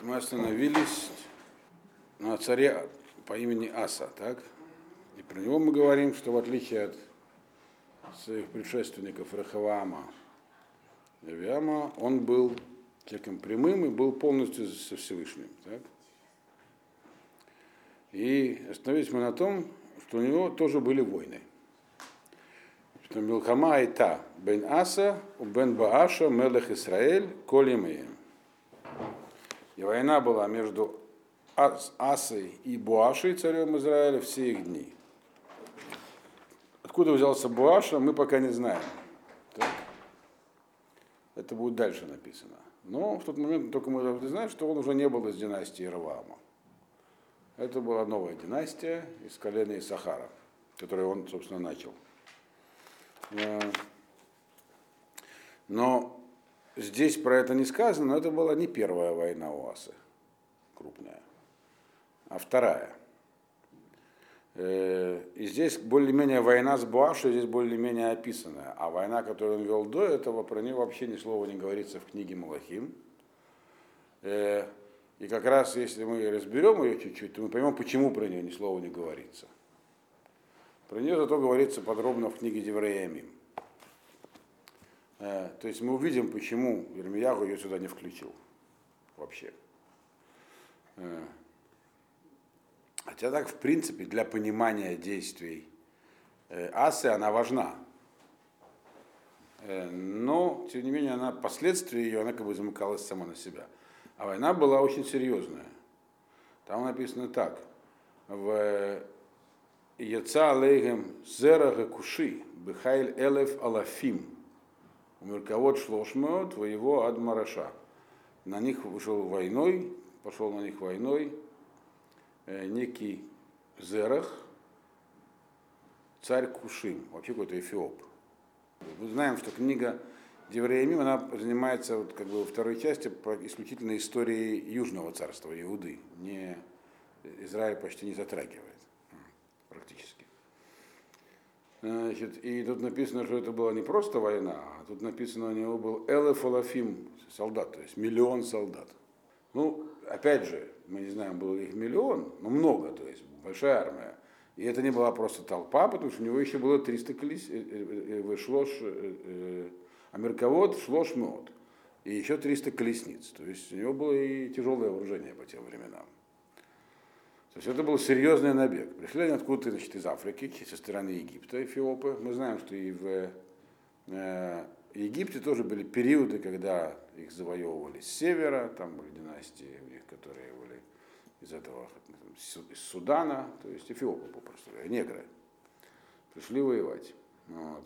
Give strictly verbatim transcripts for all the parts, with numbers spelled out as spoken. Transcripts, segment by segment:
Мы остановились на царе по имени Аса, так? И про него мы говорим, что в отличие от своих предшественников Рехаваама и Авиама, он был человеком прямым и был полностью со Всевышним. Так? И остановились мы на том, что у него тоже были войны. Что Милхама айта бен Аса у бен Бааша мелех Исраэль коль имеем. И война была между Асой и Буашей, царем Израиля, все их дни. Откуда взялся Буаша, мы пока не знаем. Так? Это будет дальше написано. Но в тот момент только мы должны знать, что он уже не был из династии Роваама. Это была новая династия из колена Исахара, которую он, собственно, начал. Но здесь про это не сказано, но это была не первая война у Асы, крупная, а вторая. И здесь более-менее война с Буашей здесь более-менее описанная. А война, которую он вел до этого, про нее вообще ни слова не говорится в книге Малахим. И как раз, если мы разберем ее чуть-чуть, то мы поймем, почему про нее ни слова не говорится. Про нее зато говорится подробно в книге Деврей Ямим. То есть мы увидим, почему Ирмияху ее сюда не включил вообще. Хотя так, в принципе, для понимания действий Асы она важна. Но, тем не менее, она, последствия ее, она как бы замыкалась сама на себя. А война была очень серьезная. Там написано так. В Яца алейхем зерах куши бихайль элеф алафим умерковод шлошмеот воево ад мараша. На них вышел войной, пошел на них войной некий Зерах, царь Кушим, вообще какой-то эфиоп. Мы знаем, что книга Деврей Ямим, она занимается вот, как бы, во второй части исключительно историей Южного царства Иуды. Не, Израиль почти не затрагивает практически. Значит, и тут написано, что это была не просто война, а тут написано, у него был элеф алафим солдат, то есть миллион солдат. Ну, опять же, мы не знаем, было ли их миллион, но много, то есть большая армия. И это не была просто толпа, потому что у него еще было триста колес, вышло Амерковод, шлош мод, и еще триста колесниц. То есть у него было и тяжелое вооружение по тем временам. То есть это был серьезный набег. Пришли они откуда-то, значит, из Африки, со стороны Египта, эфиопы. Мы знаем, что и в э, Египте тоже были периоды, когда их завоевывали с севера, там были династии у них, которые были из этого, из Судана, то есть эфиопы попросту, негры, пришли воевать. Вот.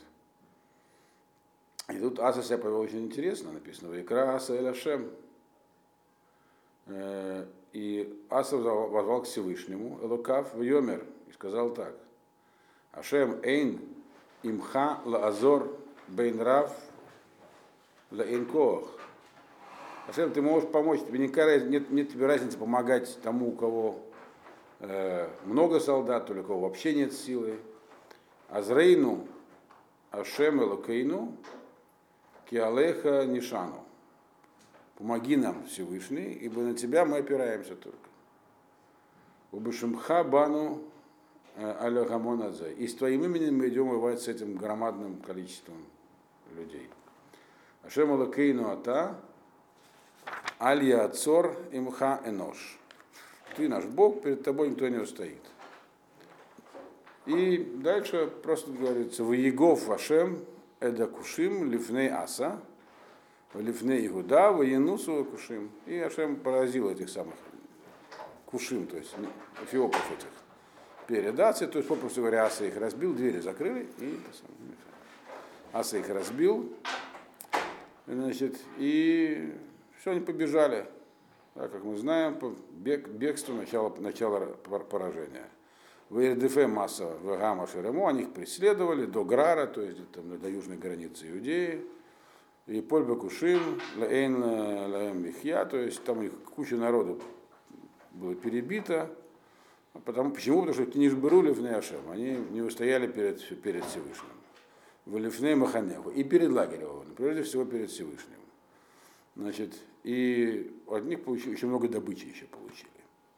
И тут Аса себя повел очень интересно, написано, «Вайкра Аса эль Ашем». И Аса возвал к Всевышнему, Элокав в Йомер, и сказал так, «Ашем эйн имха лаазор бейн рав лаэйн коах». Ашем, ты можешь помочь, тебе никакая, нет, нет тебе разницы помогать тому, у кого э, много солдат, или у кого вообще нет силы. Азрейну Ашем элокейну киалеха нишану. Помоги нам, Всевышний, ибо на тебя мы опираемся только. Убышимха бану аля гамонадзе. И с твоим именем мы идем воевать с этим громадным количеством людей. Ашем элокейну ата Аль-Я Ацор имха энош. Ты наш Бог, перед тобой никто не устоит. И дальше просто говорится, «Ваегов Ашем эда кушим лифней Аса, лифней Игуда, ваенусу кушим». И Ашем поразил этих самых кушим, то есть эфиопов этих, перед Асой, то есть, попросту говоря, Аса их разбил, двери закрыли, и Аса их разбил, значит, и все, они побежали, да, как мы знаем, бег, бегство, начало, начало поражения. В Ирдефе масса в Гама Шерему, они их преследовали до Грара, то есть там, до южной границы Иудеи, и Польбе Кушим, Лаэйн Лаэм Михья, то есть там их куча народу было перебито. Потому, почему? Потому что Тинишберу Лифней Ашем, они не устояли перед, перед Всевышним. В Лифней Маханеху, и перед лагерем, прежде всего перед Всевышним. Значит, и от них получили, еще много добычи еще получили.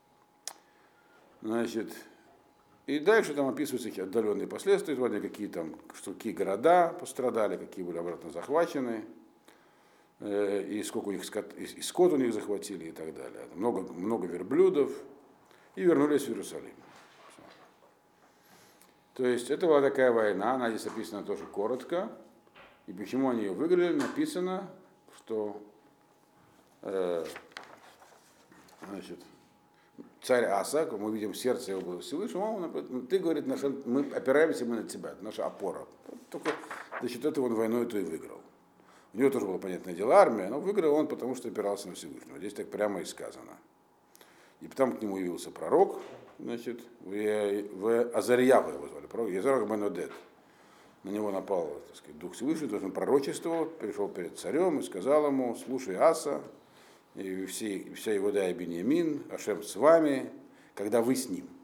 Значит, и дальше там описываются эти отдаленные последствия, вроде какие там, что какие города пострадали, какие были обратно захвачены, э, и сколько у них скот, и, и скот у них захватили и так далее. Много, много верблюдов, и вернулись в Иерусалим. Все. То есть это была такая война, она здесь описана тоже коротко. И почему они ее выиграли, написано, что э, значит, царь Аса, как мы видим, сердце его было Всевышнего, он, ты, говорит, наша, мы опираемся мы на тебя, это наша опора. Только за счет этого он войну эту и выиграл. У него тоже было, понятное дело, армия, но выиграл он, потому что опирался на Всевышнего. Здесь так прямо и сказано. И потом к нему явился пророк, значит, в, в Азарьяху его звали, пророк Езрах бен Одед. На него напал, так сказать, Дух Всевышний, то есть он пророчествовал, пришел перед царем и сказал ему: слушай, Аса, и все, вся Иуда и Беньямин, Ашем с вами, когда вы с ним.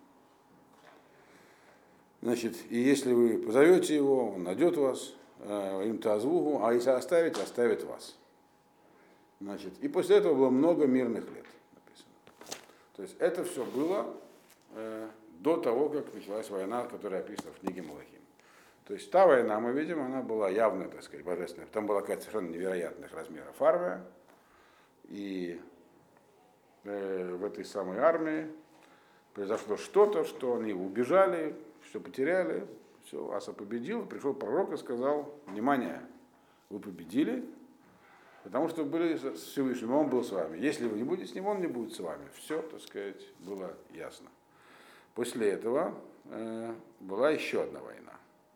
Значит, и если вы позовете его, он найдет вас, им-то озвугу, а если оставите, оставит вас. Значит, и после этого было много мирных лет написано. То есть это все было э, до того, как началась война, которая описана в книге Малахим. То есть та война, мы видим, она была явно, так сказать, божественная. Там была какая-то совершенно невероятных размеров армия. И э, в этой самой армии произошло что-то, что они убежали, все потеряли, все, Аса победил, пришел пророк и сказал: внимание, вы победили, потому что были с Всевышним, он был с вами. Если вы не будете с ним, он не будет с вами. Все, так сказать, было ясно. После этого э, была еще одна война.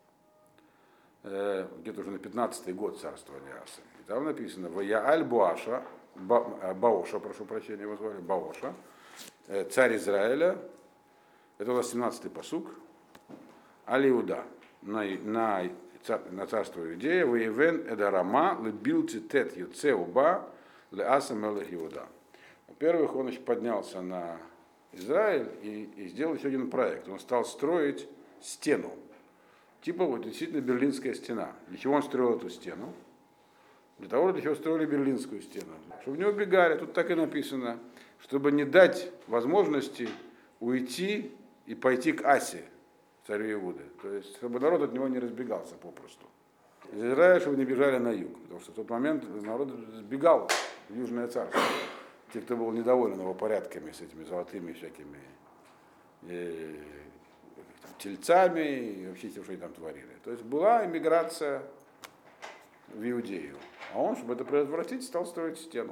Где-то уже на пятнадцатый год царствования Асы. И там написано: Ваяаль Боаша, Ба, Баоша, прошу прощения, его звали, Баоша, царь Израиля, это у нас семнадцатый пасук, Аль Иуда, на, на, на царство Иудея, Воевен Эдарама, Лебилти Тет Юцеуба, Ле Аса Мелех Иуда. Во-первых, он еще поднялся на Израиль и, и сделал еще один проект. Он стал строить стену. Типа вот действительно Берлинская стена. Для чего он строил эту стену? Для того, для чего строили Берлинскую стену. Чтобы не убегали, тут так и написано, чтобы не дать возможности уйти и пойти к Асе, царю Иуды. То есть, чтобы народ от него не разбегался попросту. Из Израиля, чтобы не бежали на юг. Потому что в тот момент народ сбегал в Южное царство. Те, кто был недоволен его порядками с этими золотыми всякими и, тельцами и вообще тем, что они там творили. То есть была эмиграция в Иудею. А он, чтобы это предотвратить, стал строить стену.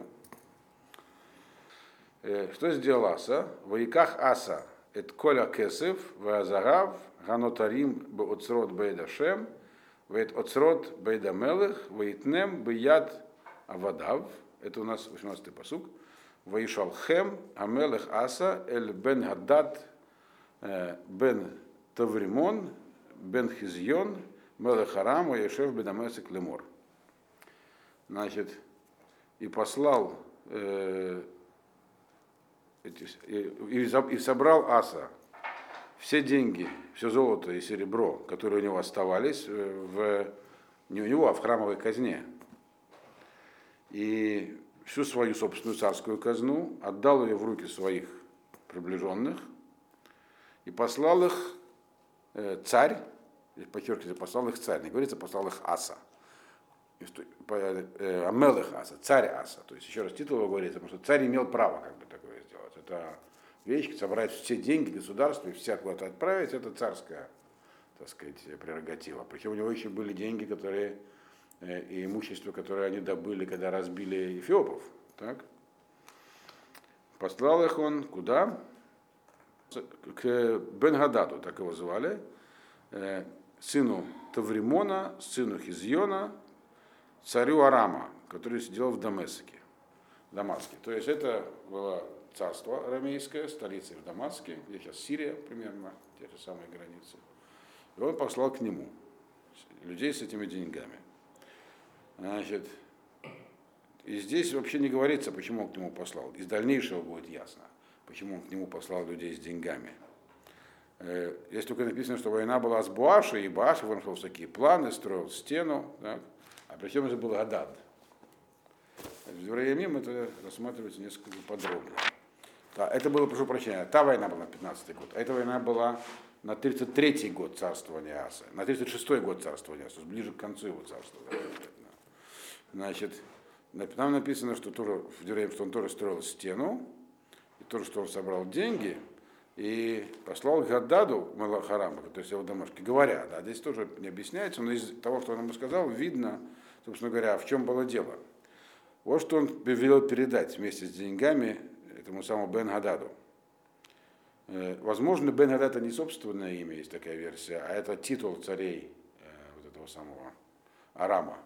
Э, что сделал Аса? Ваиках Аса эт коля кесев ваазарав ганотарим беоцрот бейдашем ваэт оцрот бейдамелых ваитнем бияд авадав. Это у нас восемнадцатый пасук. Ваишалхем амелех Аса эль бен Хаддад бен Тавримон, бен Хизьон, Мелех Арам, Яшев бедамесек лемор. Значит, и послал, э, эти, и, и собрал Аса все деньги, все золото и серебро, которые у него оставались, в, не у него, а в храмовой казне. И всю свою собственную царскую казну отдал ее в руки своих приближенных и послал их царь, подчеркивается, послал их царь, не говорится, послал их Аса. Амелех Аса, царь Аса. То есть, еще раз титул его говорится, потому что царь имел право как бы такое сделать. Это вещь, собрать все деньги государства и всех куда-то отправить, это царская, так сказать, прерогатива. Причем у него еще были деньги, которые, и имущество, которое они добыли, когда разбили эфиопов. Так? Послал их он куда? К Бен-Гададу, так его звали, сыну Тавримона, сыну Хизьона, царю Арама, который сидел в Дамаске. Дамаске. То есть это было царство арамейское, столица в Дамаске, где сейчас Сирия примерно, те же самые границы. И он послал к нему людей с этими деньгами. Значит, и здесь вообще не говорится, почему он к нему послал. Из дальнейшего будет ясно, почему он к нему послал людей с деньгами. Есть только написано, что война была с Боашей, и Боаш выносил такие планы, строил стену, так? А причем это был Гадад. В Девреямим это рассматривается несколько подробнее. Да, это было, прошу прощения, та война была на пятнадцатый год, а эта война была на тридцать третий год царствования Асы, на тридцать шестой год царствования Асы, ближе к концу его царствования. Значит, там написано, что, тоже, в Девреям, что он тоже строил стену, и тоже, что он собрал деньги, и послал Гададу Малахарама, то есть его домашки, говоря, да, здесь тоже не объясняется, но из того, что он ему сказал, видно, собственно говоря, в чем было дело. Вот что он велел передать вместе с деньгами этому самому Бен-Хададу. Возможно, Бен-Хадад это не собственное имя, есть такая версия, а это титул царей вот этого самого Арама.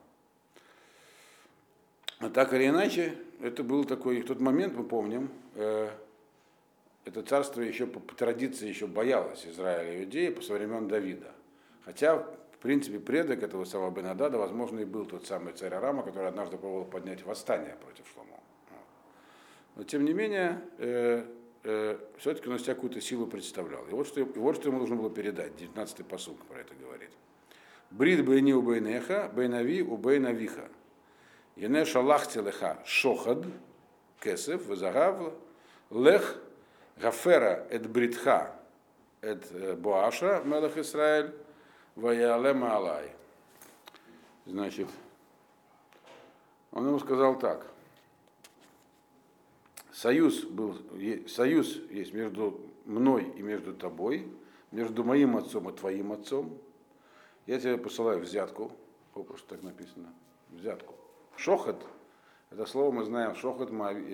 А так или иначе, это был такой, в тот момент, мы помним, это царство еще по, по традиции еще боялось Израиля и Иудеи по со времен Давида. Хотя, в принципе, предок этого самого Бен-Хадада, возможно, и был тот самый царь Арама, который однажды пробовал поднять восстание против Шломо. Но, тем не менее, э, э, все-таки он себя какую-то силу представлял. И вот что, и вот что ему нужно было передать. девятнадцатый пасук про это говорит. Брит бейни у бейнеха, бейнави у бейнавиха. Ене шалахти леха шохад, кесев, вазагав, лех, гафера эт бритха, эт боаша, мелах Исраэль, ваялема алай. Значит, он ему сказал так. Союз, был, союз есть между мной и между тобой, между моим отцом и твоим отцом. Я тебе посылаю взятку, попросту так написано, взятку. Шохот, это слово мы знаем, шохот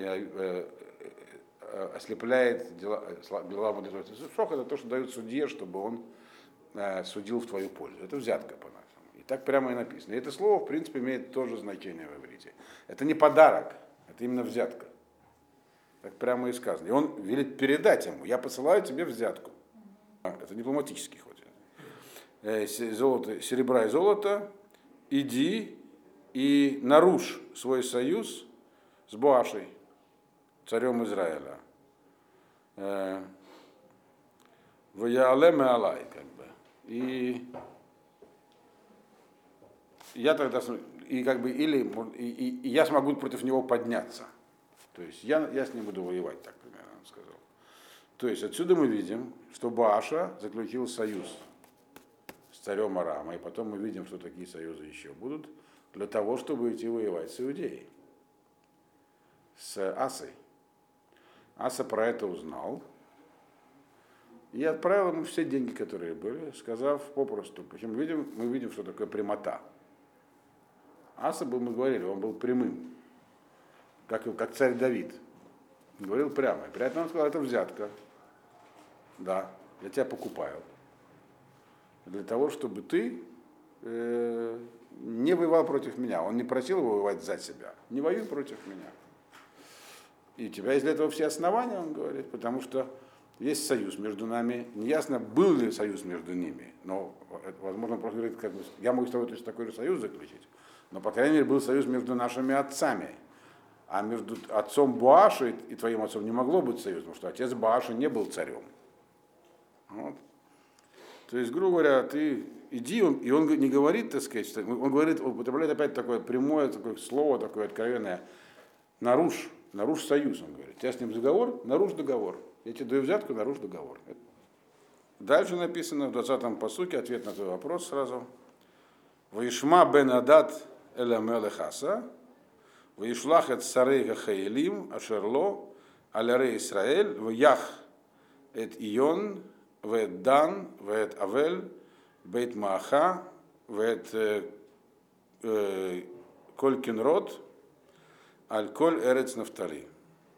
ослепляет дела, дела мудрецов. Шохот это то, что дают судье, чтобы он судил в твою пользу. Это взятка по-нашему. И так прямо и написано. И это слово, в принципе, имеет тоже значение в иврите. Это не подарок, это именно взятка. Так прямо и сказано. И он велит передать ему, я посылаю тебе взятку. Это дипломатический ход. Золото, серебра и золото, иди и нарушь свой союз с Боашей, царем Израиля. Ваялеме алай, как бы. И я тогда, и как бы, или, и, и, и я смогу против него подняться. То есть я, я с ним буду воевать, так примерно он сказал. То есть отсюда мы видим, что Бааша заключил союз с царем Арама, и потом мы видим, что такие союзы еще будут, для того, чтобы идти воевать с Иудеей, с Асой. Аса про это узнал и отправил ему все деньги, которые были, сказав попросту, причем мы видим, мы видим, что такое прямота. Аса был, мы говорили, он был прямым, как, как царь Давид. Он говорил прямо. И при этом он сказал, это взятка. Да, я тебя покупаю. Для того, чтобы ты э, не воевал против меня. Он не просил его воевать за себя. Не воюй против меня. И у тебя есть для этого все основания, он говорит, потому что есть союз между нами. Неясно, был ли союз между ними, но, возможно, просто говорит, как бы, я могу с тобой точно такой же союз заключить, но, по крайней мере, был союз между нашими отцами. А между отцом Боаши и твоим отцом не могло быть союз, потому что отец Боаши не был царем. Вот. То есть, грубо говоря, ты иди, он, и он не говорит, так сказать, он говорит, он употребляет опять такое прямое такое слово, такое откровенное, нарушь, нарушь союз, он говорит. У тебя с ним договор, нарушь договор. Я тебе даю взятку, нарушь договор. Дальше написано в двадцатом пасуке, ответ на твой вопрос сразу. Ваишма бен Адад эля мелех Аса, ваишлах эт сарей гахаилим ашерло алярей Исраэль, ваях эт Ион, вэт Дан, вэт Авель, бейт Мааха, вэт Коль Кинрод, аль Коль Эрец Нафтали.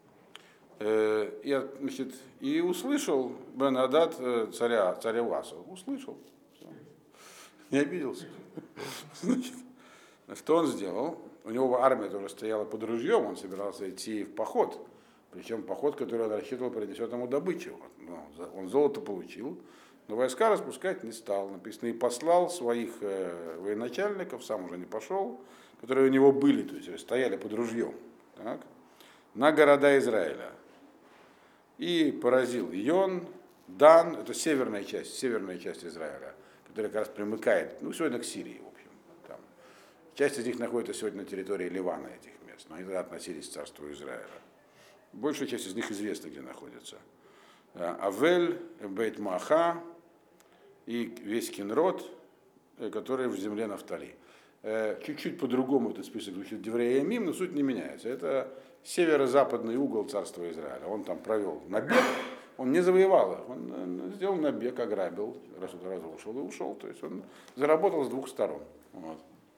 Я, значит, и услышал Бен Адад царя, царя Васу. Услышал. Все. Не обиделся. Значит, что он сделал? У него армия тоже стояла под ружьем, он собирался идти в поход. Причем поход, который он рассчитывал, принесет ему добычу. Он золото получил, но войска распускать не стал. Написано, и послал своих э, военачальников, сам уже не пошел, которые у него были, то есть стояли под ружьем, так, на города Израиля. И поразил Ион, Дан, это северная часть, северная часть Израиля, которая как раз примыкает, ну, сегодня к Сирии, в общем. Там. Часть из них находится сегодня на территории Ливана, этих мест. часть, но они тогда относились к царству Израиля. Большая часть из них известна, где находится. Авель, Бейт-Маха и весь Кинрод, который в земле Нафтали. Чуть-чуть по-другому этот список звучит Деврея Мим, но суть не меняется. Это северо-западный угол царства Израиля. Он там провел набег, он не завоевал их, он сделал набег, ограбил, раз разрушил и ушел. То есть он заработал с двух сторон. Вот.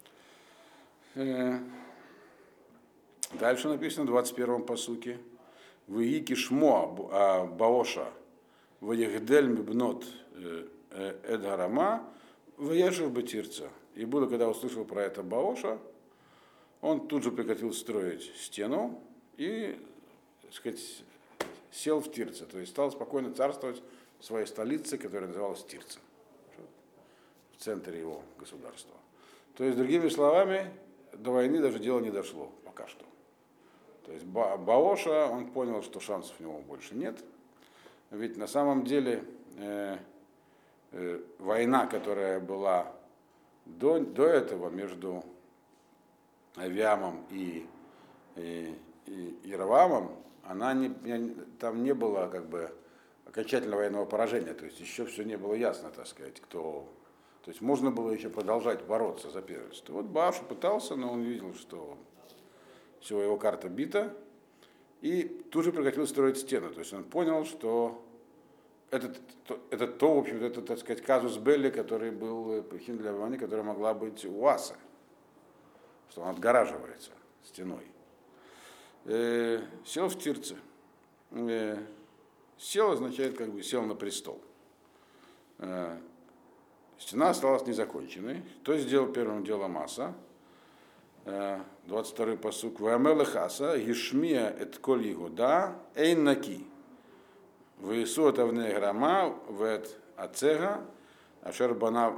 Дальше написано в двадцать первом пасуке. Виики шмо баоша ваехдель мибнот эдгарама ваешев бетирца. И было, когда услышал про это Баоша, он тут же прекратил строить стену и, так сказать, сел в Тирце, то есть стал спокойно царствовать в своей столице, которая называлась Тирца, в центре его государства. То есть, другими словами, до войны даже дело не дошло пока что. То есть Ба- Баоша, он понял, что шансов у него больше нет, ведь на самом деле э, э, война, которая была До, до этого между Авиамом и, и, и Иеравамом, она не, там не было как бы окончательного военного поражения, то есть еще все не было ясно, так сказать, кто. То есть можно было еще продолжать бороться за первенство. Вот Бааша пытался, но он видел, что все, его карта бита, и тут же прекратил строить стену. То есть он понял, что Это, это то, в общем, это, так сказать, казус белли, который был причиной для войны, которая могла быть у Асы, что он отгораживается стеной. Э, сел в Тирце. Э, сел означает, как бы сел на престол. Э, стена осталась незаконченной. Кто сделал первым делом Аса? Э, двадцать второй пасук. Ваамелех Аса, Ешмия эт коль Егуда, эйн наки. Высот авне грама вет ацега, ашер бана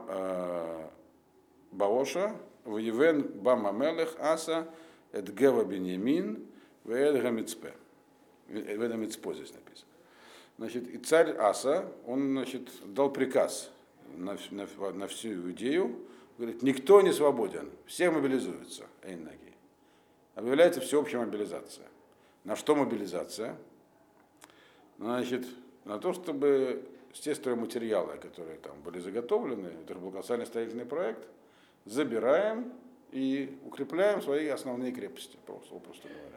Баоша, воевен бама мелех аса, эт гева беньямин, вет гамицпе. В этом мицпо здесь написано. Значит, и царь Аса, он, значит, дал приказ на, на, на всю Иудею, говорит, никто не свободен, все мобилизуются, эйнаги. Объявляется всеобщая мобилизация. На что мобилизация? Значит, на то, чтобы все стройматериалы, которые там были заготовлены, это же был колоссальный строительный проект, забираем и укрепляем свои основные крепости, просто, просто говоря.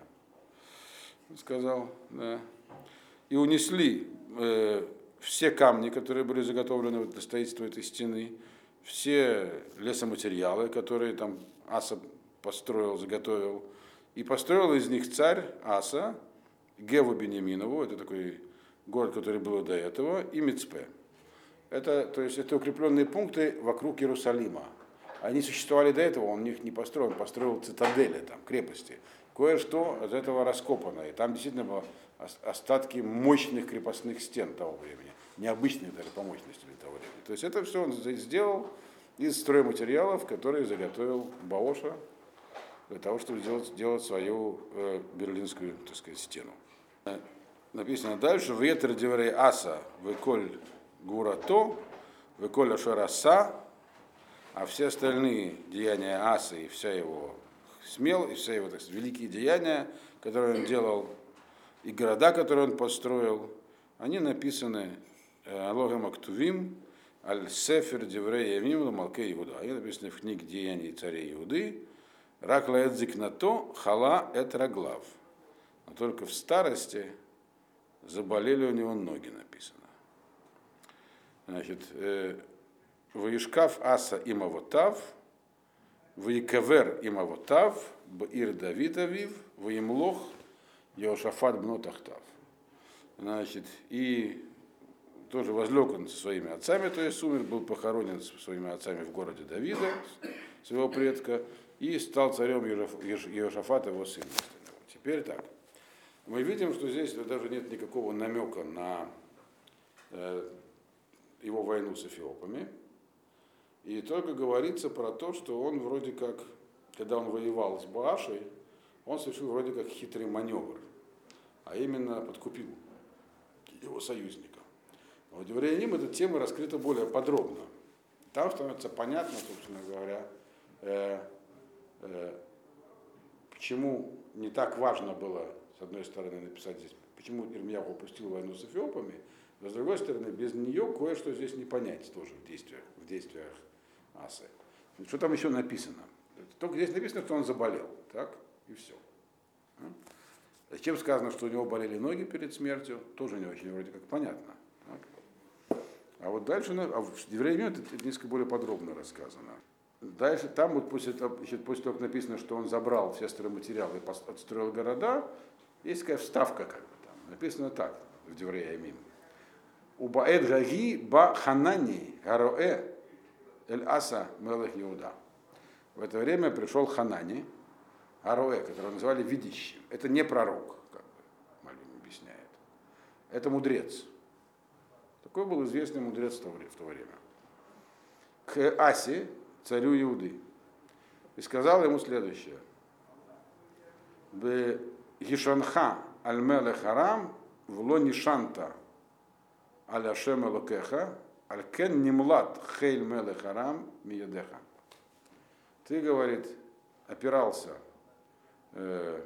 Сказал, да. И унесли э, все камни, которые были заготовлены для строительства этой стены, все лесоматериалы, которые там Аса построил, заготовил, и построил из них царь Аса, Геву Беньяминову, это такой город, который был до этого, и Мицпе. Это, то есть, это укрепленные пункты вокруг Иерусалима. Они существовали до этого, он их не построил, он построил цитадели, там, крепости. Кое-что от этого раскопано, и там действительно были остатки мощных крепостных стен того времени, необычных даже по мощности для того времени. То есть это все он сделал из стройматериалов, которые заготовил Баоша для того, чтобы сделать, сделать свою э, берлинскую, так сказать, стену. Написано дальше: «Ветер деврей аса, веколь гурато, веколь ашараса», а все остальные деяния Асы и вся его смел, и все его, так сказать, великие деяния, которые он делал, и города, которые он построил, они написаны Алогем Актувим, Аль-Сефер Деврей Явним Малке Иуда. Они написаны в книге Деяний царей Иуды. Рак лаэт зикнато, хала эт раглав. Но только в старости заболели у него ноги, написано. Значит, Ваишкав Аса имавотав, Ваикавер имавотав, Баир Давид Авив, Ваимлох, Йошафат Бнотахтав. Значит, и тоже возлег он со своими отцами, то есть умер, был похоронен со своими отцами в городе Давида, своего предка, и стал царем Йошафат, его сына. Теперь так. Мы видим, что здесь даже нет никакого намека на э, его войну с эфиопами. И только говорится про то, что он вроде как, когда он воевал с Баашей, он совершил вроде как хитрый маневр, а именно подкупил его союзника. Но в Девреяним эта тема раскрыта более подробно. Там становится понятно, собственно говоря, э, э, почему не так важно было, с одной стороны, написать здесь, почему Ирмияху упустил войну с эфиопами, но с другой стороны, без нее кое-что здесь не понять тоже в действиях, в действиях Асы. Что там еще написано? Только здесь написано, что он заболел, так, и все. Зачем сказано, что у него болели ноги перед смертью, тоже не очень вроде как понятно. Так? А вот дальше, а в Евреям это несколько более подробно рассказано. Дальше, там вот после, еще после того, как написано, что он забрал все стройматериалы и отстроил города, есть такая вставка, как бы там, написано так, в Девреямим. Убаэд гаги ба ханани гароэ эль аса мелех Иуда. В это время пришел Ханани, Ароэ, которого называли видящим. Это не пророк, как бы Малбим объясняет. Это мудрец. Такой был известный мудрец в то время. К Асе, царю Иуды. И сказал ему следующее. Б Гишанха аль-мелех Арам вло нишанта аль Ашем элокеха аль кен нимлат хейль мелех Арам миядеха. Ты, говорит, опирался, э,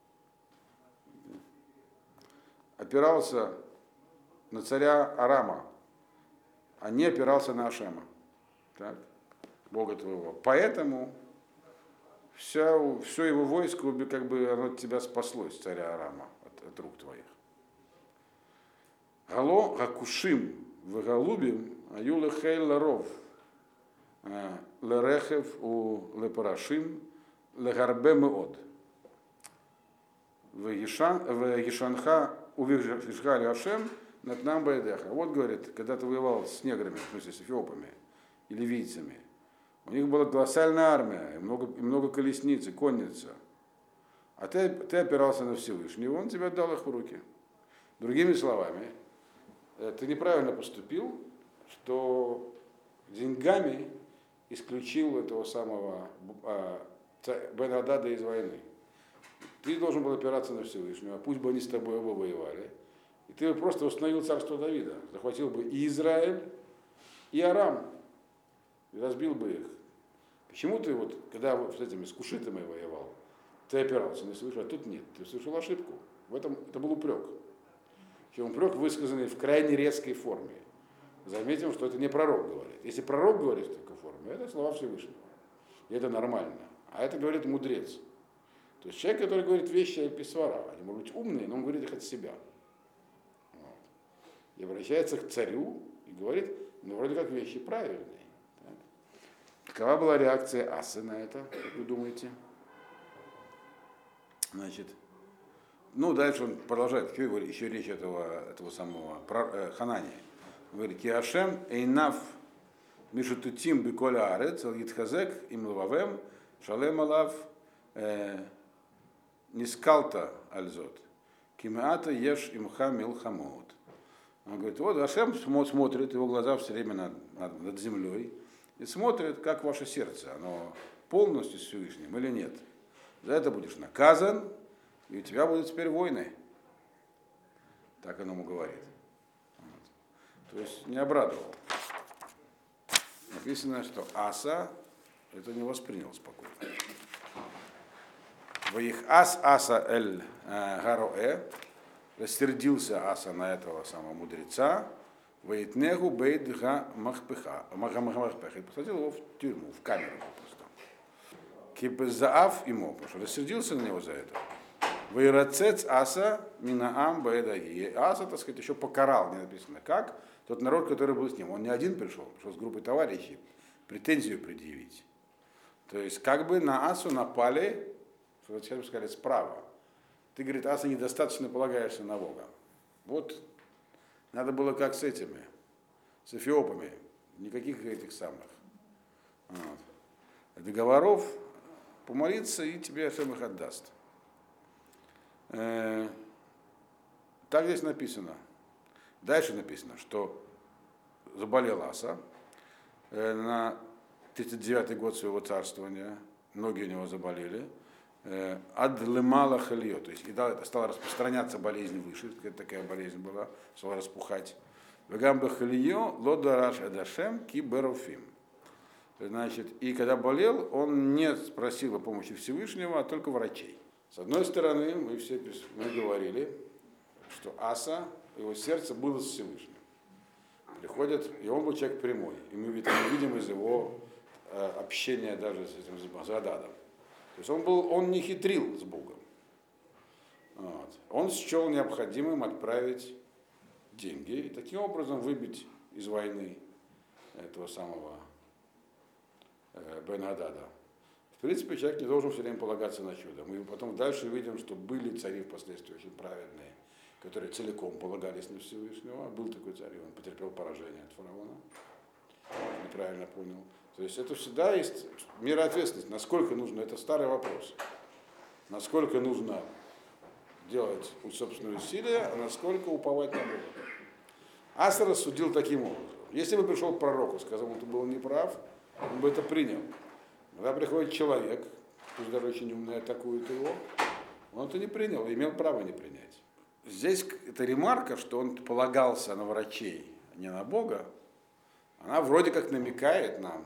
опирался на царя Арама, а не опирался на Ашема, так, Бога твоего. Поэтому вся, все его войско, как бы оно от тебя спаслось, царя Арама, от, от рук твоих. Гало гакушим вегалубим аюле хейль ларов. Лерехев у лепарашим легарбе меод. В Ешанха увижгали Ашем над нам Байдеха. Вот, говорит, когда ты воевал с неграми, в смысле с эфиопами и ливийцами, у них была колоссальная армия, и много, и много колесниц, и конница. А ты, ты опирался на Всевышнего, он тебе дал их в руки. Другими словами, ты неправильно поступил, что деньгами исключил этого самого Бен-Адада из войны. Ты должен был опираться на Всевышнего, пусть бы они с тобой оба воевали. И ты просто установил царство Давида, захватил бы и Израиль, и Арам, и разбил бы их. Почему ты вот, когда с этими с кушитами воевал, ты опирался на Всевышнего, а тут нет, ты совершил ошибку. В этом это был упрек. Причем упрек, высказанный в крайне резкой форме. Заметим, что это не пророк говорит. Если пророк говорит в такой форме, это слова Всевышнего. И это нормально. А это говорит мудрец. То есть человек, который говорит вещи Альписвара, они могут быть умные, но он говорит их от себя. Вот. И обращается к царю и говорит, ну вроде как вещи правильные. Так. Какова была реакция Асы на это, как вы думаете? Значит, ну дальше он продолжает, еще речь этого, этого самого э, Ханани. Говорит, Киашем эйнав мишутутим биколя арец, ал йитхазек им лававем, шалем алав нискалта альзот, кимеата еш имха милхамот. Он говорит, вот Ашем смотрит, его глаза все время над, над, над землей, и смотрит, как ваше сердце, оно полностью с Всевышним или нет. За это будешь наказан, и у тебя будут теперь войны. Так оно ему говорит. То есть не обрадовал. Написано, что Аса это не воспринял спокойно. Воих ас Аса эль Гароэ, рассердился Аса на этого самого мудреца, воитнегу бейдга махпеха, махпеха, и посадил его в тюрьму, в камеру просто. Кипезаав ему, потому что рассердился на него за это. Вейрацец Аса минаам бейдаги. Аса, так сказать, еще покарал, не написано как, тот народ, который был с ним. Он не один пришел, пришел с группой товарищей претензию предъявить. То есть как бы на Асу напали, что хотим сказать, справа. Ты, говорит, Аса, недостаточно полагаешься на Бога. Вот надо было как с этими, с эфиопами, никаких этих самых вот, договоров, помолиться, и тебе Ашем их отдаст. Э, так здесь написано. Дальше написано, что заболел Аса э, на тридцать девятый год своего царствования, ноги у него заболели, ад лемала хальё, то есть и да, стала распространяться болезнь выше, такая болезнь была, стала распухать. Вегамба хальё лодараш адашем киберофим. Значит, и когда болел, он не спросил о помощи Всевышнего, а только врачей. С одной стороны, мы все мы говорили, что Аса, его сердце было с Всевышним. Приходит, и он был человек прямой. И мы видим из его э, общения даже с этим с Зададом. То есть он, был, он не хитрил с Богом. Вот. Он счел необходимым отправить деньги и таким образом выбить из войны этого самого э, Бен-Гадада. В принципе, человек не должен все время полагаться на чудо. Мы потом дальше видим, что были цари впоследствии очень праведные, которые целиком полагались на Всевышнего. Был такой царь, и он потерпел поражение от фараона. Неправильно понял. То есть это всегда есть мера ответственности. Насколько нужно, это старый вопрос. Насколько нужно делать собственные усилия, а насколько уповать на Бога. Аса рассудил таким образом. Если бы пришел к пророку, сказал, что был неправ, он бы это принял. Когда приходит человек, пусть даже очень умный, атакует его, он это не принял, имел право не принять. Здесь эта ремарка, что он полагался на врачей, а не на Бога, она вроде как намекает нам,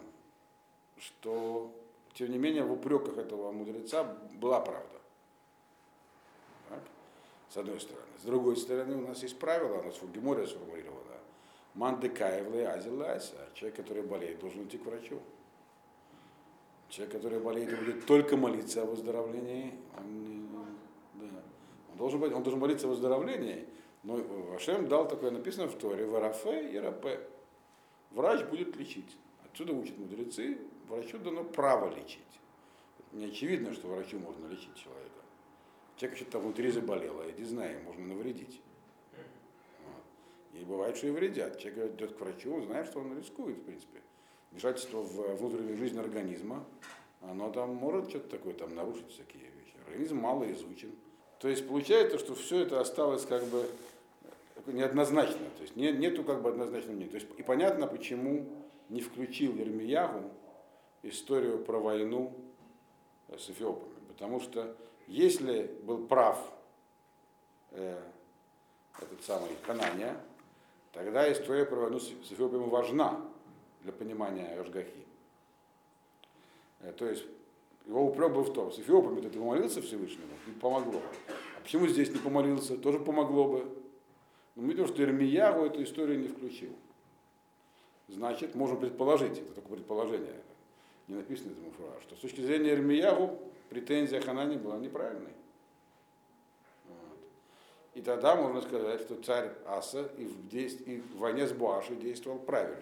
что, тем не менее, в упреках этого мудреца была правда. Так? С одной стороны. С другой стороны, у нас есть правило, у нас в Геморе сформулировано. Ман декаевле азилайса. Человек, который болеет, должен идти к врачу. Человек, который болеет и будет только молиться о выздоровлении, он, не, да, он, должен, быть, он должен молиться о выздоровлении, но Ашем дал такое, написано в Торе, варафе и рапе. Врач будет лечить. Отсюда учат мудрецы, врачу дано право лечить. Не очевидно, что врачу можно лечить человека. Человек что-то внутри заболело, иди знай, можно навредить. Вот. И бывает, что и вредят. Человек идет к врачу, он знает, что он рискует, в принципе. Вмешательство в внутреннюю жизнь организма, оно там может что-то такое там нарушить всякие вещи. Организм мало изучен. То есть получается, что все это осталось как бы неоднозначно. То есть нет, нету как бы однозначного мнения. То есть и понятно, почему не включил Ирмиягу историю про войну с эфиопами. Потому что если был прав э, этот самый Ханания, тогда история про войну с эфиопами важна для понимания Ашгахи. То есть его упрек был в том, с эфиопами ты помолился Всевышнему, и помогло. А почему здесь не помолился, тоже помогло бы. Но мы видим, что Ирмиягу эту историю не включил. Значит, можем предположить, это только предположение, не написано этому фраза, что с точки зрения Ирмиягу претензия Ханани была неправильной. Вот. И тогда можно сказать, что царь Аса и в, действ... и в войне с Боашей действовал правильно.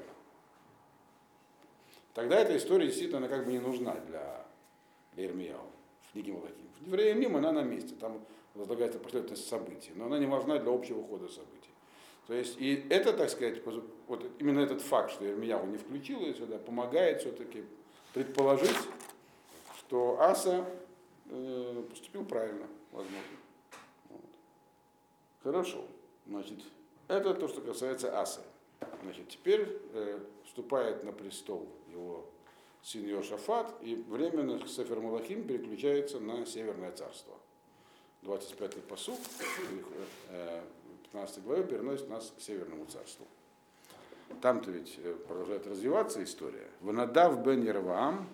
Тогда эта история действительно она как бы не нужна для, для Ирмияу, в книге Малахим. В Евреям она на месте, там возлагается последовательность событий, но она не важна для общего хода событий. То есть и это, так сказать, вот именно этот факт, что Ирмияу не включил ее сюда, помогает все-таки предположить, что Аса э, поступил правильно, возможно. Вот. Хорошо. Значит, это то, что касается Асы. Значит, теперь э, вступает на престол его сын Йошафат, и временно Сефер Малахим переключается на Северное царство. двадцать пятый пасук, э, пятнадцатой главе переносит нас к Северному царству. Там-то ведь продолжает развиваться история. Ванадав бен Ерваам,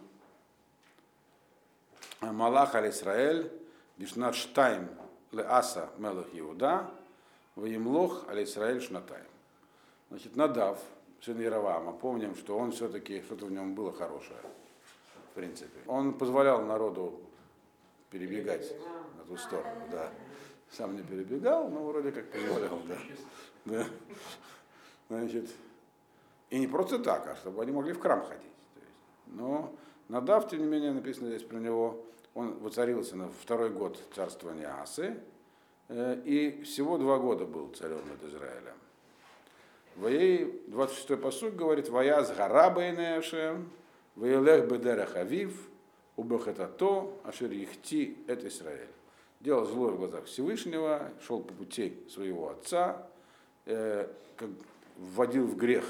Малах аль-Исраэль, Бишнат Штайм ле Аса мелах Иуда, Ваимлох аль-Исраэль Шнатайм. Значит, Надав, сын Яроваама, помним, что он все-таки, что-то в нем было хорошее, в принципе. Он позволял народу перебегать на ту сторону, да. Сам не перебегал, но вроде как позволял, да. да. Значит, и не просто так, а чтобы они могли в храм ходить. То есть, но Надав, тем не менее, написано здесь про него, он воцарился на второй год царствования Асы, и всего два года был царем над Израилем. Воей, двадцать шестой пасук говорит, «Ваяз гарабайне Ашем, ваелех бедерех авив, убахатато, ашер ихти эт Исраэль». Делал злое в глазах Всевышнего, шел по пути своего отца, э, как, вводил в грех,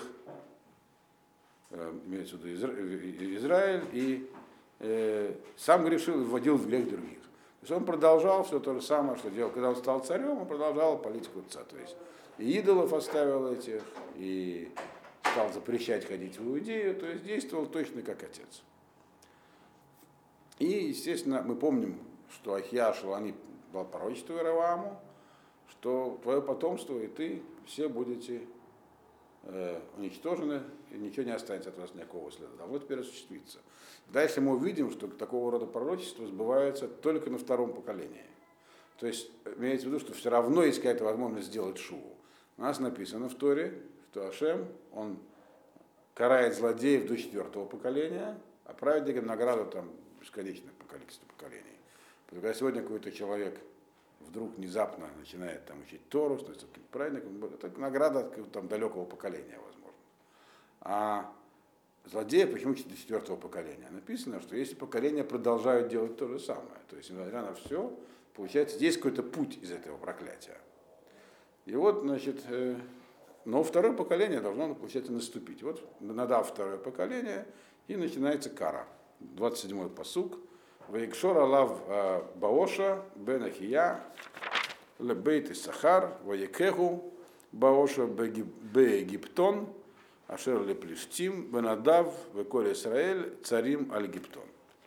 э, имеется в виду Израиль, и э, сам грешил и вводил в грех других. То есть он продолжал все то же самое, что делал, когда он стал царем, он продолжал политику отца. То есть и идолов оставил этих, и стал запрещать ходить в Иудею, то есть действовал точно как отец. И, естественно, мы помним что Ахия Шалани дал пророчество Иеравааму, что твое потомство и ты все будете э, уничтожены, и ничего не останется от вас, никакого следа. А вот теперь осуществится. Дальше мы увидим, что такого рода пророчество сбывается только на втором поколении. То есть имеется в виду, что все равно есть какая-то возможность сделать шуву. У нас написано в Торе, что Ашем, он карает злодеев до четвертого поколения, а праведникам награду там бесконечное количество поколений. Потому что когда сегодня какой-то человек вдруг внезапно начинает там учить Тору, становится каким-то праведником, это награда от там, далекого поколения, возможно. А злодеи почему учат до четвертого поколения? Написано, что если поколения продолжают делать то же самое, то есть, несмотря на все, получается, есть какой-то путь из этого проклятия. И вот, значит, э, но второе поколение должно, получается, наступить. Вот, надав второе поколение, и начинается кара. двадцать седьмой пасук. Ваикшор алав Баоша бен Ахия лебейт Исахар ваекеху Баоша беегиптон ашер леплештим бенадав веколь Исраэль царим аль-Гиптон.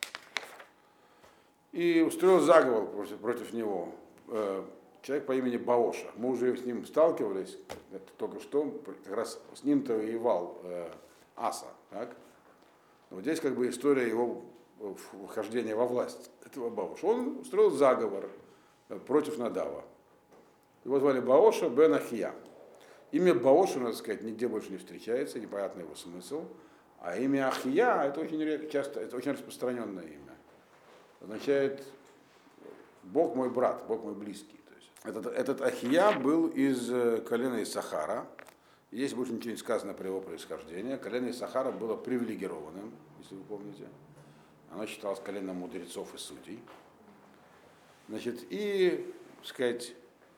И устроил заговор против, против него э, человек по имени Баоша. Мы уже с ним сталкивались, это только что, как раз с ним-то воевал э, Аса. Так? Вот здесь как бы история его вхождения во власть этого Баоша. Он устроил заговор против Надава. Его звали Баоша бен Ахия. Имя Баоша, надо сказать, нигде больше не встречается, непонятно его смысл. А имя Ахия, это очень часто, это очень распространенное имя. Означает Бог мой брат, Бог мой близкий. То есть этот, этот Ахия был из колена Исахара. Здесь больше ничего не сказано про его происхождение. Колено Исахара было привилегированным, если вы помните. Оно считалось коленом мудрецов и судей. Значит, и, так сказать,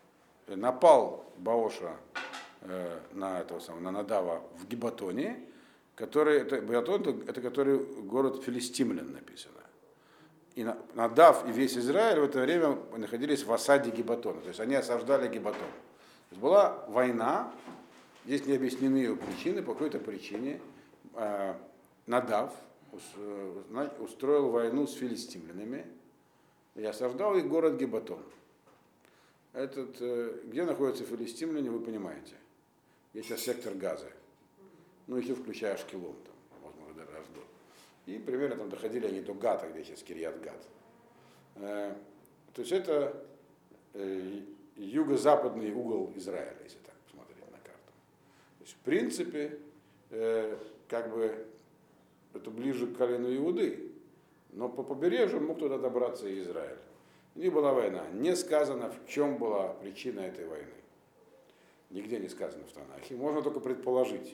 напал Баоша э, на этого самого, на Надава в Гибатоне, который, это, Гибатон, это который город Филистимлян написано. И Надав и весь Израиль в это время находились в осаде Гибатона. То есть они осаждали Гибатон. То есть была война, здесь не объяснены ее причины, по какой-то причине э, Надав устроил войну с филистимлянами и осаждал их город Гибатон. Этот, где находятся филистимляне, вы понимаете. Есть сейчас сектор Газы. Ну, еще включая Ашкелон, там, возможно, даже Ашдод. И примерно там доходили они до Гата, где сейчас Кирьят-Гат. То есть это юго-западный угол Израиля, если так посмотреть на карту. То есть, в принципе, как бы это ближе к колену Иуды, но по побережью мог туда добраться и Израиль. И была война. Не сказано, в чем была причина этой войны. Нигде не сказано в Танахе. Можно только предположить,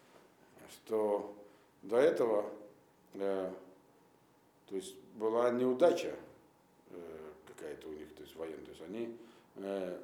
что до этого э, то есть была неудача э, какая-то у них, то есть военная. То есть они, э,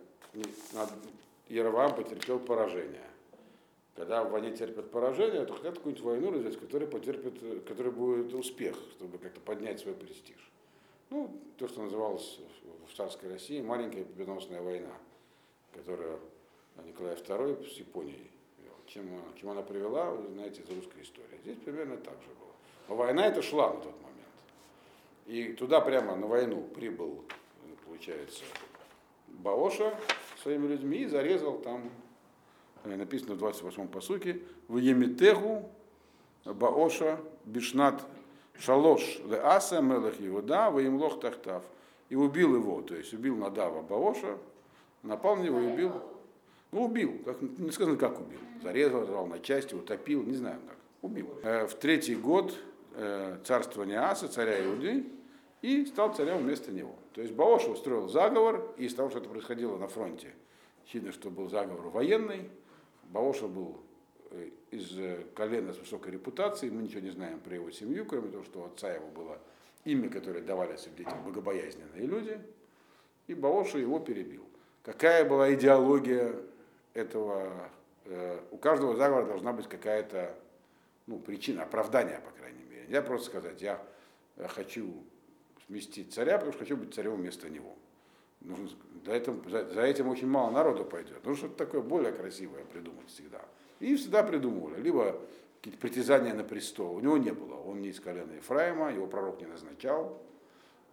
Иераваам потерпел поражение. Когда в войне терпят поражение, то хотят какую-нибудь войну развязать, которая потерпит, которая будет успех, чтобы как-то поднять свой престиж. Ну, то, что называлось в царской России маленькая победоносная война, которую Николай второй с Японией вел. Чем, чем она привела, вы знаете из русской истории. Здесь примерно так же было. Но война эта шла на тот момент. И туда прямо на войну прибыл, получается, Баоша своими людьми и зарезал там, написано в двадцать восьмом пасуке, в Емитеху Баоша Бишнат Шалош ле Аса Мелех Иуда Ваимлох Тахтав. И убил его, то есть убил Надава Баоша, напал на него и убил. Ну, убил, как, не сказано, как убил. Зарезал, рвал на части, утопил, не знаю как. Убил. В третий год царствования Аса, царя Иуды, и стал царем вместо него. То есть Баоша устроил заговор, и из того, что это происходило на фронте, видно, что был заговор военный. Баоша был из колена с высокой репутацией, мы ничего не знаем про его семью, кроме того, что у отца его было имя, которое давали себе детям богобоязненные люди, и Баоша его перебил. Какая была идеология этого? У каждого заговора должна быть какая-то ну, причина, оправдание, по крайней мере. Я просто сказать, я хочу сместить царя, потому что хочу быть царем вместо него. Нужно, за, этим, за, за этим очень мало народу пойдет. Нужно что-то такое более красивое придумать всегда. И всегда придумывали. Либо какие-то притязания на престол. У него не было. Он не из колена Ефраима, его пророк не назначал.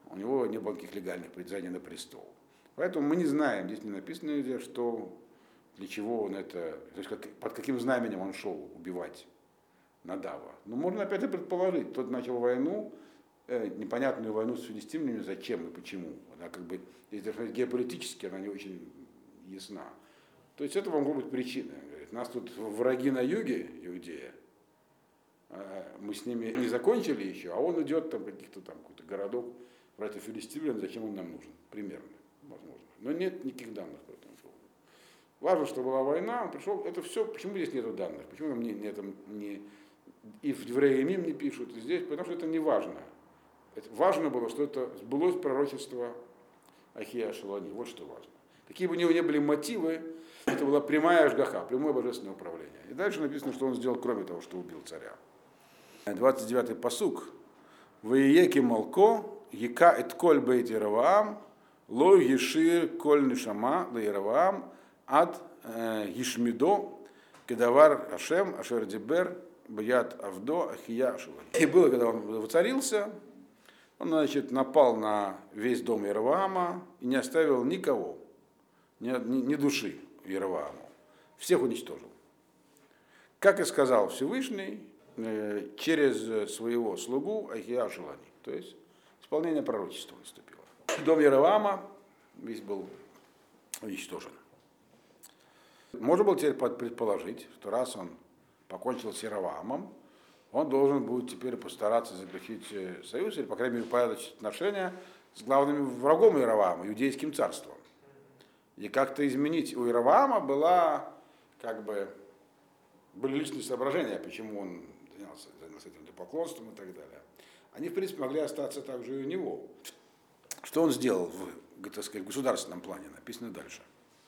У него не было никаких легальных притязаний на престол. Поэтому мы не знаем, здесь не написано нигде, что для чего он это, то есть как, под каким знаменем он шел убивать Надава. Но можно опять и предположить, тот начал войну, э, непонятную войну с филистимлями, зачем и почему. Она как бы, если сказать, геополитически, она не очень ясна. То есть это могло быть причина. Говорит, нас тут враги на юге, Иудея, мы с ними не закончили еще, а он идет там каких-то там какой-то городок против филистимлян, зачем он нам нужен? Примерно, возможно. Но нет никаких данных по этому поводу. Важно, что была война, он пришел, это все, почему здесь нету данных? Почему мне не, это не, и в Евреямим не пишут, и здесь, потому что это не важно. Это важно было, что это сбылось пророчество Ахия Шалони, вот что важно. Какие бы у него ни были мотивы, это была прямая ажгаха, прямое божественное управление. И дальше написано, что он сделал, кроме того, что убил царя. двадцать девятый пасук. Ваиеки молко, яка эт коль бейт Яроваам, ло ешир коль нишама ла Яроваам, ад ешмидо, кедавар Ашем, ашер дибер, бьят авдо, ахия шилани. И было, когда он воцарился, он, значит, напал на весь дом Яроваама и не оставил никого, ни, ни, ни души Яровааму. Всех уничтожил. Как и сказал Всевышний, через своего слугу Ахия Шилани. То есть исполнение пророчества наступило. Дом Яроваама весь был уничтожен. Можно было теперь предположить, что раз он покончил с Яроваамом, он должен будет теперь постараться заключить союз, или, по крайней мере, упорядочить отношения с главным врагом Яроваама, Иудейским царством. И как-то изменить. У Яроваама была, как бы, были личные соображения, почему он занялся, занялся этим поклонством и так далее. Они, в принципе, могли остаться также и у него. Что он сделал в, так сказать, государственном плане, написано дальше.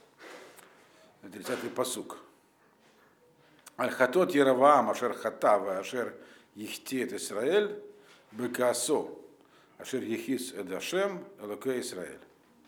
тридцатый пасук. Аль-хатот Яроваам, ашер хатава, ашер ехтет Исраэль, бекасо, ашер ехис эдашем, элокей Исраэль.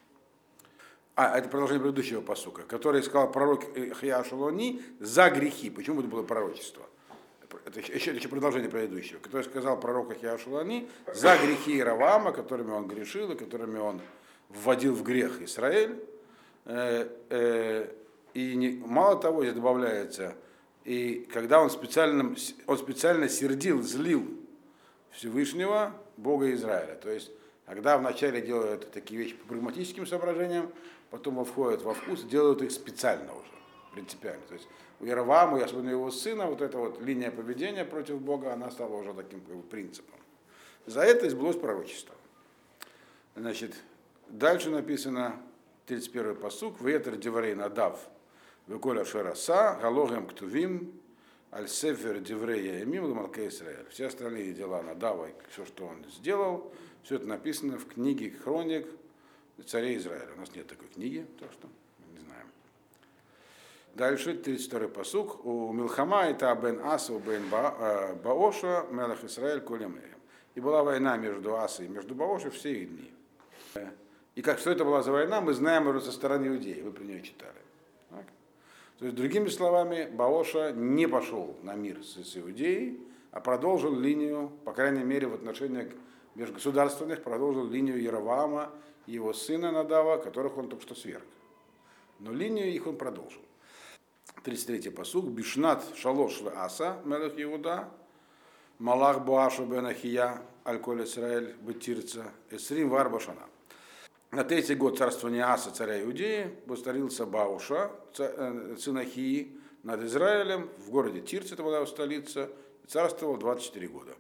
А, это продолжение предыдущего пасука, который сказал пророк Ахия Шилони за грехи. Почему это было пророчество? Это еще, еще продолжение предыдущего, который сказал пророк Ахия Шилони за грехи Яроваама, которыми он грешил и которыми он вводил в грех Израиль. Э, э, и не, мало того, здесь добавляется, и когда он специально, он специально сердил, злил Всевышнего, Бога Израиля. То есть, когда вначале делают такие вещи по прагматическим соображениям, потом входят во вкус, делают их специально уже, принципиально. То есть у Яроваама, и особенно его сына, вот эта вот линия поведения против Бога, она стала уже таким как бы, принципом. За это сбылось пророчество. Значит, дальше написано, тридцать первый пасук, «Ветер диврей надав, веколя шераса, галогем ктувим, аль-сефер диврей яемим, ламалке Исраэль». Все остальные дела Надава, все, что он сделал, все это написано в книге хроник царей Израиля. У нас нет такой книги, так что мы не знаем. Дальше, тридцать второй пасук. У Милхама это бен Аса, бен Баоша, Мелах Исраэль, Колемеем. И была война между Асой и между Баошей все их дни. И как, что это была за война, мы знаем уже со стороны иудеев, вы про нее читали. Так? То есть, другими словами, Баоша не пошел на мир с, с Иудеей, а продолжил линию, по крайней мере, в отношениях межгосударственных, продолжил линию Яроваама и его сына Надава, которых он только что сверг. Но линию их он продолжил. тридцать третий пасук. Бишнат шалош аса, мелех Иуда, Малах Боашу бен Ахия, аль-коль Исраэль, бетирца, эсрим варбашана. На третий год царствования Аса, царя Иудеи, воцарился Бауша, сын Ахии, над Израилем, в городе Тирце, это была его столица, и царствовал двадцать четыре года.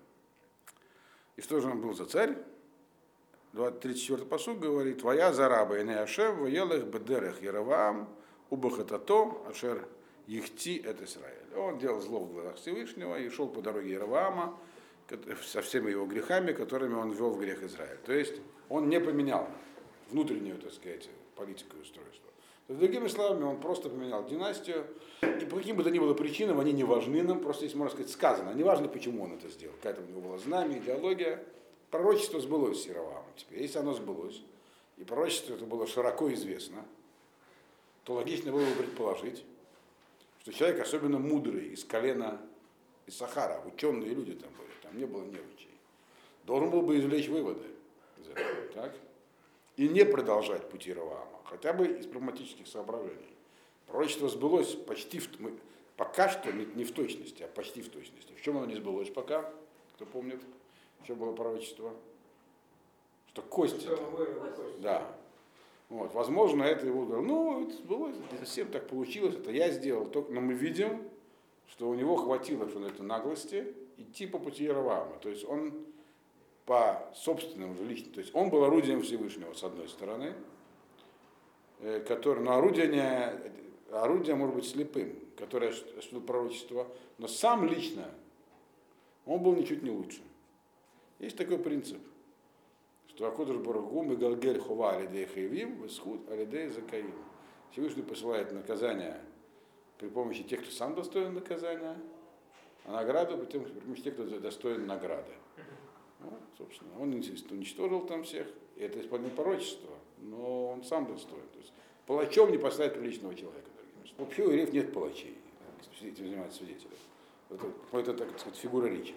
И что же он был за царь? тридцать четвёртый пасук говорит, «Твоя зараба и неашем, воелых бедерех Яроваам, убахатато, ашер ехти это Израиль». Он делал зло в глазах Всевышнего и шел по дороге Яроваама со всеми его грехами, которыми он ввел в грех Израиль. То есть он не поменял внутреннюю, так сказать, политику и устройство. То есть, другими словами, он просто поменял династию, и по каким бы то ни было причинам, они не важны нам, просто здесь, можно сказать, сказано, не важно, почему он это сделал, какая-то у него была знамя, идеология. Пророчество сбылось с Яроваамом. Теперь, если оно сбылось, и пророчество это было широко известно, то логично было бы предположить, что человек, особенно мудрый, из колена Иссахара, ученые люди там были, там не было неучей, должен был бы извлечь выводы из этого, так? И не продолжать пути Раваама, хотя бы из прагматических соображений. Пророчество сбылось почти в, мы, пока что не, не в точности, а почти в точности. В чем оно не сбылось пока? Кто помнит, что было пророчество? Что кость это. Да. Вот. Возможно, это его говорил, ну, это сбылось, не совсем так получилось, это я сделал. Только, но мы видим, что у него хватило что это наглости идти по пути Раваама. То есть он по собственному же личному, то есть он был орудием Всевышнего, с одной стороны, который, но орудие, не, орудие может быть слепым, которое осуществило пророчество, но сам лично он был ничуть не лучше. Есть такой принцип, что Акодыш Барух и Галгель Хова Алидей Хаевим, Висхуд Алидей Закаим. Всевышний посылает наказание при помощи тех, кто сам достоин наказания, а награду при помощи тех, кто достоин награды. Ну, собственно, он уничтожил там всех, и это исполнение пророчества, но он сам достоин. То есть палачом не поставить приличного человека. Вообще у евреев нет палачей, этим занимаются свидетели. Это, это, так сказать, фигура речи.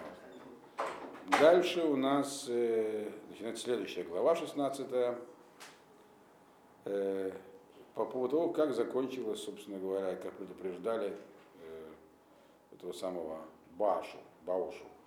Дальше у нас э, начинается следующая глава, шестнадцатая, э, по поводу того, как закончилось, собственно говоря, как предупреждали э, этого самого Баашу, Баушу.